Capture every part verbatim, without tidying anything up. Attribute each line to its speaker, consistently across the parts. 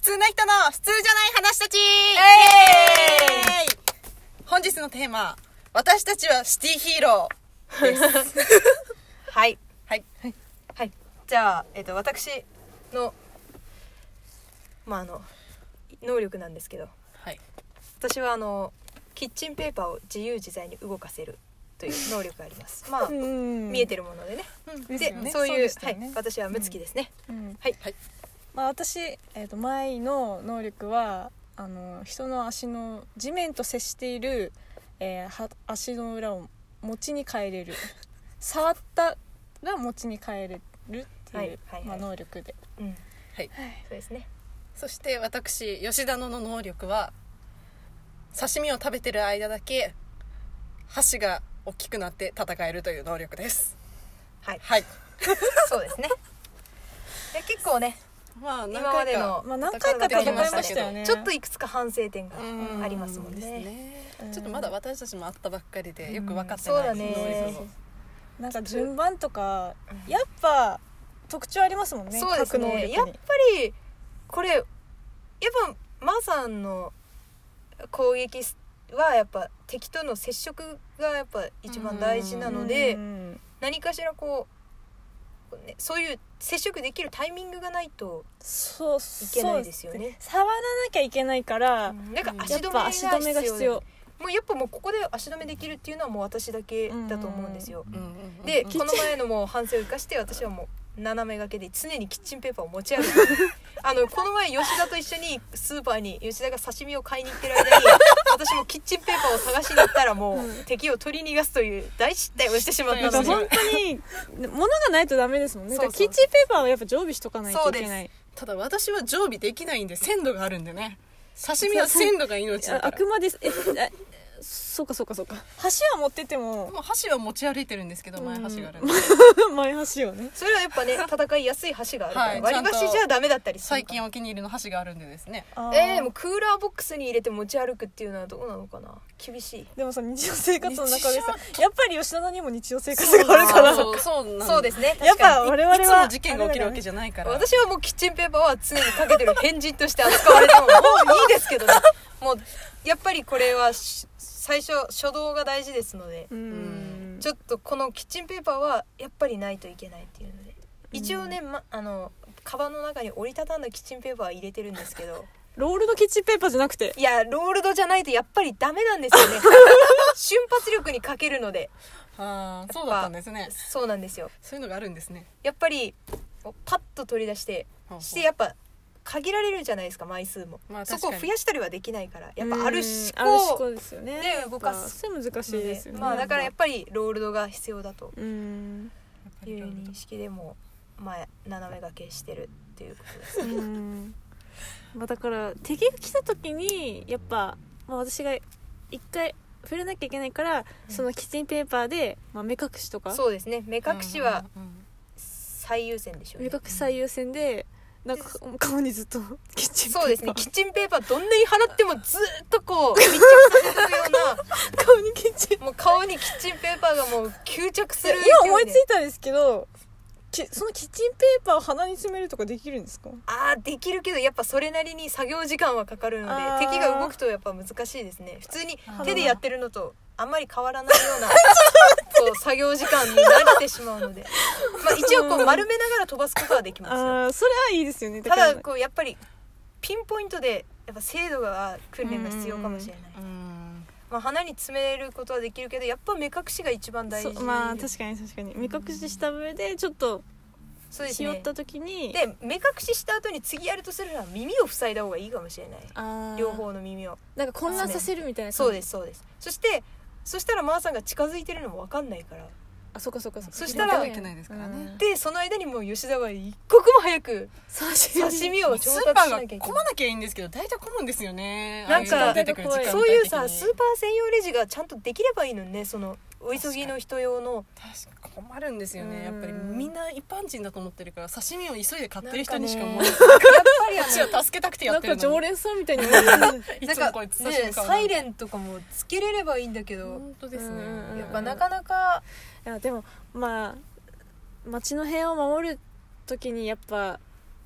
Speaker 1: 通な人の普通じゃない話たち、
Speaker 2: えー
Speaker 1: イエーイ。本日のテーマ、私たちはシティヒーローです
Speaker 2: はい
Speaker 1: はい
Speaker 2: はい。じゃあ、えっと、私のまああの能力なんですけど、
Speaker 1: はい、
Speaker 2: 私はあのキッチンペーパーを自由自在に動かせるという能力がありますまあ見えてるものでね、
Speaker 1: うん、
Speaker 2: で、
Speaker 1: ですよね。
Speaker 2: そういう
Speaker 3: そうでしたよね
Speaker 2: はい、私はムツキですね、
Speaker 3: うん
Speaker 2: はい、
Speaker 1: はい、
Speaker 3: まあ、私、えー、と前の能力はあの人の足の地面と接している、えーは足の裏を餅に変えれる触ったら餅に変えれるっていう、
Speaker 2: はいはいはい、
Speaker 3: まあ、能力で、
Speaker 2: うん、
Speaker 1: はい、
Speaker 2: そうですね。
Speaker 1: そして私吉田のの能力は刺身を食べてる間だけ箸が大きくなって戦えるという能力です。
Speaker 2: はい、
Speaker 1: はい、
Speaker 2: そうですね。で結構ね、
Speaker 1: まあ何
Speaker 2: 今まで
Speaker 1: 回か
Speaker 2: の、
Speaker 3: まあ、何回か戦いましたよね。
Speaker 2: ちょっといくつか反省点が
Speaker 1: うん
Speaker 2: ありますもんね。
Speaker 1: ですね、
Speaker 3: うん
Speaker 1: ちょっとまだ私たちも会ったばっかりでよく分かって
Speaker 2: そうだ
Speaker 1: ない能
Speaker 2: ね
Speaker 1: 力を、
Speaker 3: なんか順番とか
Speaker 2: うん
Speaker 3: やっぱ特徴ありますもんね。
Speaker 2: そうです
Speaker 3: 各能力に
Speaker 2: ね。やっぱりこれやっぱマーさんの攻撃はやっぱ敵との接触がやっぱ一番大事なので、
Speaker 3: うん
Speaker 2: 何かしらこう、ね、そういう接触できるタイミングがないと
Speaker 3: そう
Speaker 2: いけないですよね。
Speaker 3: そう触らなきゃいけないから、
Speaker 2: うんなんか足
Speaker 3: やっ
Speaker 2: 止めが
Speaker 3: ぱ足止めが必要。
Speaker 2: もうやっぱもうここで足止めできるっていうのはもう私だけだと思うんですよ。
Speaker 1: うんうんうん、
Speaker 2: で、
Speaker 1: うん
Speaker 2: この前のもう反省を生かして私はもう斜め掛けで常にキッチンペーパーを持ち歩くあのこの前吉田と一緒にスーパーに吉田が刺身を買いに行ってる間に私もキッチンペーパーを探しに行ったらもう敵を取り逃がすという大失態をしてしまった
Speaker 3: なんか
Speaker 2: ので、
Speaker 3: 本当に物がないとダメですもんね。
Speaker 2: そうそう
Speaker 3: だからキッチンペーパーはやっぱ常備しとかないといけない。
Speaker 1: ただ私は常備できないんで鮮度があるんでね。刺身は鮮度が命だ
Speaker 3: あ
Speaker 1: から
Speaker 3: あくまでええそうかそうかそうか。箸は持ってても
Speaker 1: もう箸は持ち歩いてるんですけど、前箸があるんで
Speaker 3: 前箸をね。
Speaker 2: それはやっぱね戦いやすい箸があるから、
Speaker 1: はい
Speaker 2: 割り箸じゃダメだったりする
Speaker 1: 最
Speaker 2: から。
Speaker 1: 近お気に入りの箸があるんでですね。
Speaker 3: あー
Speaker 2: えー、もうクーラーボックスに入れて持ち歩くっていうのはどうなのかな。厳しい。
Speaker 3: でもさ日常生活の中でさ
Speaker 1: 日
Speaker 3: やっぱり吉田にも日常生活があるから
Speaker 1: そうそうなん
Speaker 2: そうですね。
Speaker 3: やっぱ
Speaker 2: 確かに
Speaker 3: 我々はい
Speaker 1: つも事件が起きるわけじゃないから。
Speaker 2: 私はもうキッチンペーパーは常にかけてる変人として扱われてももういいですけどね。もうやっぱりこれは最初初動が大事ですので、
Speaker 3: うん
Speaker 2: ちょっとこのキッチンペーパーはやっぱりないといけないっていうので、一応ね、ま、あのカバンの中に折りたたんだキッチンペーパーは入れてるんですけど、
Speaker 3: ロールのキッチンペーパーじゃなくて
Speaker 2: いやロールドじゃないとやっぱりダメなんですよね。瞬発力に欠けるので。
Speaker 1: ああ、そうだったんですね。
Speaker 2: そうなんですよ。
Speaker 1: そういうのがあるんですね。
Speaker 2: やっぱりパッと取り出して
Speaker 1: ほうほう
Speaker 2: してやっぱ限られるじゃないですか、枚数も、
Speaker 1: まあ
Speaker 2: そこを増やしたりはできないから、やっぱある
Speaker 3: うん
Speaker 2: 思
Speaker 3: ある思
Speaker 2: 考
Speaker 3: 考ですよね。
Speaker 2: で動かす
Speaker 3: それ難しいですよね。
Speaker 2: まあだからやっぱりロールドが必要だと
Speaker 3: うん
Speaker 2: いう認識でもまあ斜め掛けしてるっていうことです
Speaker 3: う
Speaker 2: ね。
Speaker 3: んまあだから敵が来た時にやっぱ、まあ、私が一回触れなきゃいけないから、
Speaker 2: うん
Speaker 3: そのキッチンペーパーで、まあ、目隠しとか
Speaker 2: そうですね、目隠しは
Speaker 1: うんうんうん
Speaker 2: 最優先でしょう
Speaker 3: 目
Speaker 2: ね。
Speaker 3: 隠し最優先でなんか顔にずっとキッチンペーパー
Speaker 2: そうですね、キッチンペーパーどんなに払ってもずっとこう密着させていくよう
Speaker 3: 顔にキッチン
Speaker 2: なもう顔にキッチンペーパーがもう吸着する勢いで。
Speaker 3: 今思いついたんですけどきそのキッチンペーパーを鼻に詰めるとかできるんですか？
Speaker 2: あーできるけどやっぱそれなりに作業時間はかかるので
Speaker 3: あー
Speaker 2: 敵が動くとやっぱ難しいですね。普通に手でやってるのとあんまり変わらないようなこう作業時間に慣れてしまうので、まあ、一応こう丸めながら飛ばすことはできますよ。
Speaker 3: ああそれはいいですよね。
Speaker 2: た
Speaker 3: から
Speaker 2: だこうやっぱりピンポイントでやっぱ精度が訓練が必要かもしれない。
Speaker 1: うん
Speaker 2: まあ、鼻に詰めることはできるけどやっぱ目隠しが一番大事。
Speaker 3: そうまあ確かに確かに目隠しした上でちょっと
Speaker 2: そうですね。
Speaker 3: ひよった時に
Speaker 2: で目隠しした後に次やるとするなら耳を塞いだ方がいいかもしれない。
Speaker 3: あー
Speaker 2: 両方の耳を。
Speaker 3: なんか混乱させるみたいな感じ。
Speaker 2: そうですそうです。そしてそしたらマーさんが近づいてるのも分かんないから、
Speaker 3: あそっかそっかそっか。
Speaker 2: そしたら
Speaker 1: 入れてはいけないですからね。
Speaker 3: うん
Speaker 2: でその間にもう吉田は一刻も早く
Speaker 3: 刺身
Speaker 2: 刺身を調
Speaker 1: スーパーが
Speaker 2: 達しなきゃいけない。
Speaker 1: 混まなきゃいいんですけど大体混むんですよね。
Speaker 2: なんか
Speaker 1: ああいうの出てくる時間帯的に
Speaker 2: そういうさスーパー専用レジがちゃんとできればいいのにね、そのお急ぎの人用の。
Speaker 1: 確かに困るんですよね。やっぱり
Speaker 3: うん
Speaker 1: みんな一般人だと思ってるから刺身を急いで買ってる人にしか思えない。
Speaker 2: やっぱり
Speaker 1: こっちは助けたくてや
Speaker 3: なんか
Speaker 1: ってるのに。
Speaker 3: 常連さんみたいに思ってる
Speaker 1: いつも
Speaker 2: なんか
Speaker 1: こいつ刺身買
Speaker 2: ね
Speaker 1: うの
Speaker 2: サイレンとかもつけれればいいんだけど、
Speaker 1: 本当ですね。
Speaker 3: うん
Speaker 2: やっぱなかなか
Speaker 3: いやでもまあ街の平和を守る時にやっぱ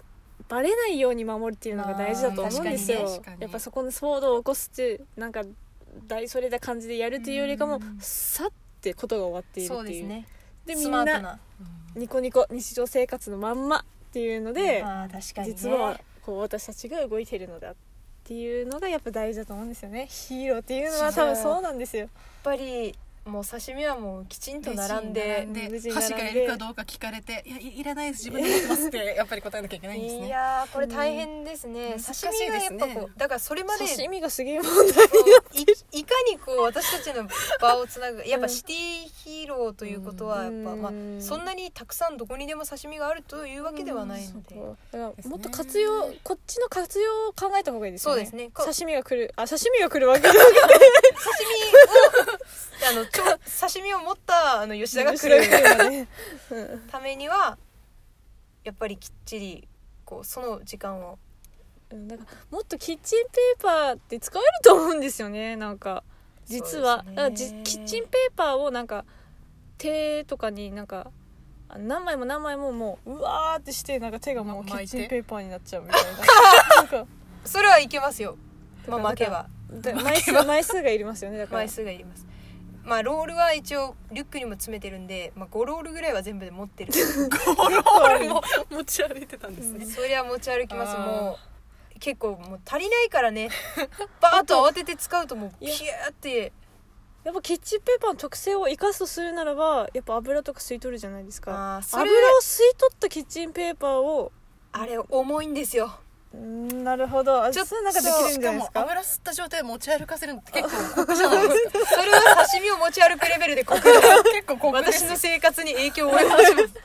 Speaker 3: バレないように守るっていうのが大事だと思うんですよ、
Speaker 1: あー確かにね確かに
Speaker 3: やっぱそこの騒動を起こすってなんか大それた感じでやるっていうよりかも
Speaker 2: うん
Speaker 3: さってことが終わっているっていう
Speaker 2: そうですね。
Speaker 3: でみ
Speaker 2: ス
Speaker 3: んな
Speaker 2: マートな。
Speaker 3: ニコニコ日常生活のまんまっていうので、
Speaker 2: ああ確かにね。
Speaker 3: 実はこう私たちが動いてるのだっていうのがやっぱ大事だと思うんですよね。ヒーローっていうのは多分そうなんですよ。
Speaker 2: やっぱりもう刺身はもうきちんと並んで、
Speaker 1: で
Speaker 3: 無事に並んで
Speaker 1: 箸がいるかどうか聞かれて、いや い, いらないです自分で持ってますってやっぱり答えなきゃいけないんですね。
Speaker 2: いやーこれ大変ですね、
Speaker 1: うん
Speaker 2: 刺身がやっぱこうだからそれまで
Speaker 3: 刺身がすげえ問題
Speaker 2: こう い, いかにこう私たちの場をつなぐやっぱシティヒーローということはやっぱ、
Speaker 3: うん
Speaker 2: まあ、そんなにたくさんどこにでも刺身があるというわけではないので、
Speaker 3: そうだからもっと活用、こっちの活用を考えた方がいいですよね。
Speaker 2: そうですねこ
Speaker 3: 刺身が来るあ刺身が来るわけじゃなくて
Speaker 2: 刺身をあのちょ刺身を持ったあの吉田が来る
Speaker 3: ね
Speaker 2: ためにはやっぱりきっちりこうその時間を
Speaker 3: うんだからもっとキッチンペーパーって使えると思うんですよね。なんか実は、
Speaker 2: そうですね
Speaker 3: だからじキッチンペーパーをなんか手とかになんかあ何枚も何枚ももううわーってしてなんか手がもうキ
Speaker 1: ま
Speaker 3: ッチン
Speaker 1: 巻いて
Speaker 3: ペーパーになっちゃうみたいななんか
Speaker 2: それはいけますよ、まあ、
Speaker 3: だから
Speaker 2: 巻けば
Speaker 3: だ枚数枚数がいりますよね。だから
Speaker 2: 枚数がいります。まあロールは一応リュックにも詰めてるんで、まあ、ごロールぐらいは全部で持ってる
Speaker 1: ゴロールも持ち歩いてたんですね。
Speaker 2: そりゃ持ち歩きます。
Speaker 1: あー
Speaker 2: もう結構もう足りないからねバーッと慌てて使うともうキューって
Speaker 3: やっぱキッチンペーパーの特性を生かすとするならばやっぱ油とか吸い取るじゃないですか。
Speaker 2: あーそれ
Speaker 3: 油を吸い取ったキッチンペーパーを
Speaker 2: あれ重いんですよ。
Speaker 3: うーんなるほどあ
Speaker 2: ちょっと
Speaker 3: それなんかできるん
Speaker 1: しかも
Speaker 3: じゃないですか。
Speaker 1: 油吸った状態で持ち歩かせるのって結構酷じゃないですか。
Speaker 2: それは刺身を持ち歩くレベルで酷です
Speaker 1: 結構酷ですよ。
Speaker 2: 私の生活に影響を及ぼします
Speaker 1: 結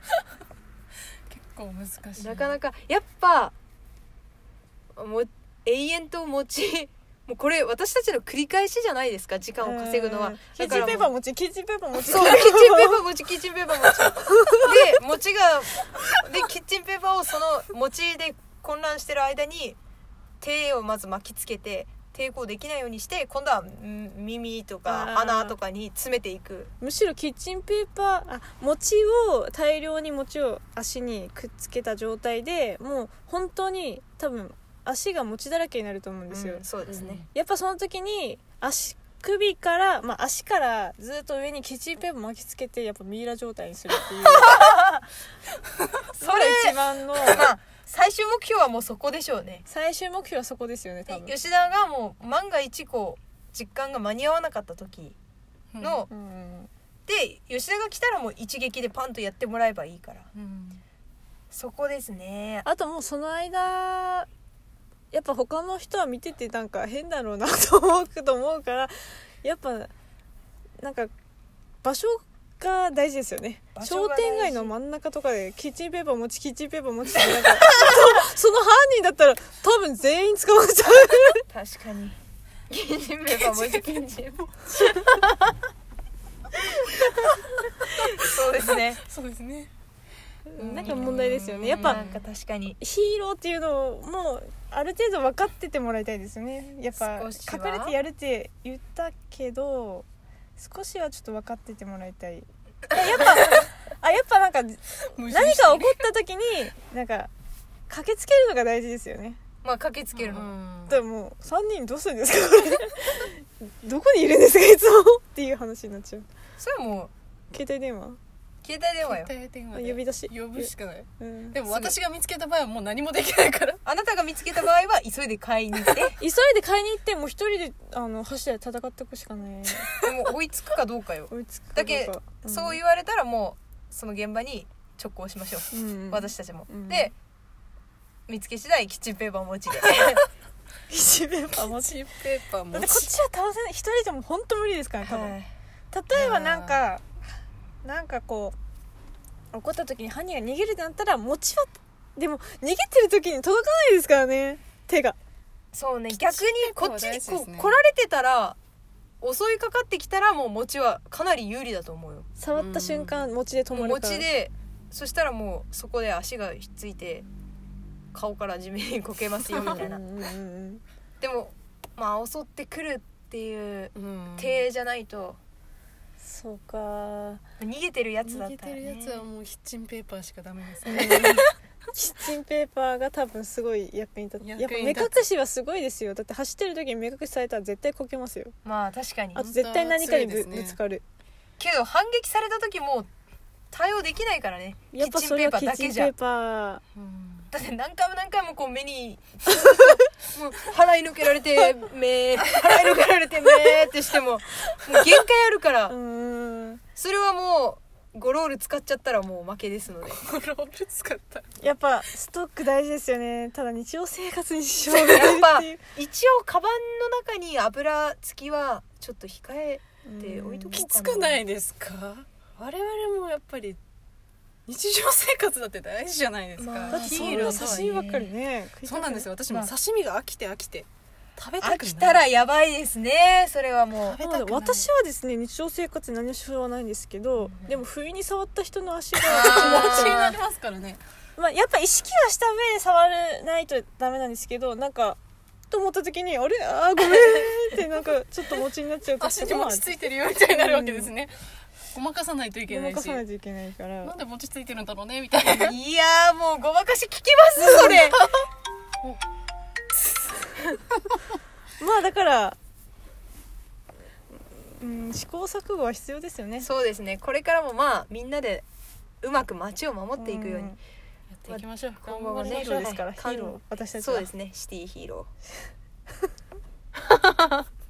Speaker 1: 構難しい。
Speaker 2: なかなかやっぱもう永遠と持ちもうこれ私たちの繰り返しじゃないですか時間を稼ぐのは。
Speaker 3: キッチンペーパー持ちキッチンペーパー持ち
Speaker 2: そうキッチンペーパー持ちキッチンペーパー持ちで餅がでキッチンペーパーをその餅で混乱してる間に手をまず巻きつけて抵抗できないようにして今度はん耳とか
Speaker 3: あー
Speaker 2: 鼻とかに詰めていく。
Speaker 3: むしろキッチンペーパーあ餅を大量に餅を足にくっつけた状態でもう本当に多分足が餅だらけになると思うんですよ、
Speaker 2: うんそうですね、
Speaker 3: やっぱその時に足首から、まあ、足からずっと上にキッチンペーパー巻きつけてやっぱミイラ状態にするっていう
Speaker 2: そ
Speaker 3: それ
Speaker 2: れ
Speaker 3: 一番の
Speaker 2: まあ最終目標はもうそこでしょうね。
Speaker 3: 最終目標はそこですよね多分。
Speaker 2: で吉田がもう万が一こう実感が間に合わなかった時の、
Speaker 3: うん
Speaker 2: で吉田が来たらもう一撃でパンとやってもらえばいいから
Speaker 1: うん
Speaker 2: そこですね。
Speaker 3: あともうその間やっぱ他の人は見ててなんか変だろうなと思うと思うからやっぱなんか場所が大事ですよね。商
Speaker 2: 場所が大事
Speaker 3: 店街の真ん中とかでキッチンペーパー持ちキッチンペーパー持ちってなんかそその犯人だったら多分全員捕まっちゃう
Speaker 2: 確かにキッチンペーパーもう一キッチンそうですね。
Speaker 1: そうですね。
Speaker 3: なんか問題ですよね。やっぱ
Speaker 2: なんか確かに
Speaker 3: ヒーローっていうのをもうある程度分かっててもらいたいですよね。やっぱ
Speaker 2: 少しは
Speaker 3: 隠れてやるって言ったけど少しはちょっと分かっててもらいたい。あやっぱあやっぱなんか何か起こった時になんか駆けつけるのが大事ですよね。
Speaker 2: まあ駆けつけるの、
Speaker 1: うん
Speaker 3: でももうさんにんどうするんですかこれどこにいるんですかいつもっていう話になっちゃう。
Speaker 2: それはもう
Speaker 3: 携帯電話
Speaker 2: 携帯電話よ。
Speaker 1: 携帯電話で
Speaker 3: 呼び出し
Speaker 1: 呼ぶしかない。
Speaker 3: うん
Speaker 1: でも私が見つけた場合はもう何もできないから。
Speaker 2: あなたが見つけた場合は急いで買いに行って
Speaker 3: 急いで買いに行ってもう一人であの箸で戦っておくしかない。
Speaker 2: でも追いつくかどうかよ。
Speaker 3: 追いつくか
Speaker 2: だ
Speaker 3: どうか
Speaker 2: け、そう言われたらもうその現場に直行しましょう、
Speaker 3: うん
Speaker 2: 私たちも、
Speaker 3: うん
Speaker 2: で見つけ次第キッチンペーパー持ちで
Speaker 3: キッチンペーパー持ち
Speaker 1: チンペーパー持
Speaker 3: だってこっ
Speaker 1: ち。
Speaker 3: ちは倒せない一人でも本当無理ですから多分、
Speaker 2: はい
Speaker 3: 例えばなんかなんかこう怒った時に犯人が逃げるってなったら餅はでも逃げてる時に届かないですからね手が。
Speaker 2: そうね、逆にこっちに
Speaker 1: 結構大事ですね
Speaker 2: こう来られてたら襲いかかってきたらもう餅はかなり有利だと思うよ。
Speaker 3: 触った瞬間餅で止
Speaker 2: もう
Speaker 3: まるから
Speaker 2: 餅でそしたらもうそこで足がひっついて顔から地面にこけますよみたいな
Speaker 3: うんうんうんうん
Speaker 2: でもまあ襲ってくるっていう
Speaker 1: うん
Speaker 2: 体じゃないと、
Speaker 3: そうか
Speaker 2: 逃げてるやつだ
Speaker 1: 逃げて
Speaker 2: ったら、ね、
Speaker 1: るやつはもうキッチンペーパーしかダメです
Speaker 3: うん
Speaker 1: ね。
Speaker 3: キッチンペーパーが多分すごい役に立ってやっぱ
Speaker 1: 役に
Speaker 3: 目
Speaker 1: 立つ
Speaker 3: 隠しはすごいですよ。だって走ってる時に目隠しされたら絶対こけますよ。
Speaker 2: まあ確かに
Speaker 3: あと絶対何かにぶ,、
Speaker 1: 本当は強いですね
Speaker 3: ぶつかる。
Speaker 2: けど反撃された時も対応できないからね。
Speaker 3: やっぱ
Speaker 2: キッチンペーパ
Speaker 3: それはキッ
Speaker 2: ーだけじゃ
Speaker 3: チンペーパー
Speaker 1: うん
Speaker 2: だって何回も何回もこう目にもう払い抜けられて目払い抜けられて目ってしてももう限界あるから、
Speaker 3: うーん
Speaker 2: それはもうゴロール使っちゃったらもう負けですので。
Speaker 1: ロール使った
Speaker 3: やっぱストック大事ですよね。ただ日常生活に支障が
Speaker 2: やっぱ
Speaker 3: 出るっていう
Speaker 2: 一応カバンの中に油付きはちょっと控えて置いとこ
Speaker 1: き
Speaker 2: うかな。
Speaker 1: つくないですか？我々もやっぱり日常生活だって大事じゃないですか、
Speaker 2: まあ
Speaker 3: だってそんな
Speaker 1: ヒーローとはいえ
Speaker 3: 刺身ばっかりね食いたく
Speaker 1: そうなんですよ。私も
Speaker 2: まあ
Speaker 1: 刺身が飽きて飽きて食べたくない。
Speaker 2: 飽きたらやばいですね。それはもう
Speaker 1: 食べたくない。
Speaker 3: 私はですね日常生活に何も支障はないんですけど、
Speaker 2: うん
Speaker 3: でも不意に触った人の足が
Speaker 1: 気持ちになりますからね。
Speaker 3: まあ、やっぱ意識はした上で触らないとダメなんですけど、なんかと思った時にあれあーごめんってなんかちょっと持ちになっちゃう
Speaker 1: 足に
Speaker 3: と
Speaker 1: 餅ついてるよみたいになるわけですね、ごまかさないといけ
Speaker 3: ご
Speaker 1: ないし、
Speaker 3: まかさないといけないから
Speaker 1: なんで餅ついてるんだろうねみたいな。
Speaker 2: いやーもうごまかし聞きますそれ
Speaker 3: まあだからうん試行錯誤は必要ですよね。
Speaker 2: そうですね。これからもまあみんなでうまく街を守っていくように、
Speaker 3: ん
Speaker 1: やっていきましょう。
Speaker 2: 今後もね
Speaker 3: ヒーローですから、
Speaker 2: はい
Speaker 3: ヒーロー私たちは
Speaker 2: そうですね。シティヒーロー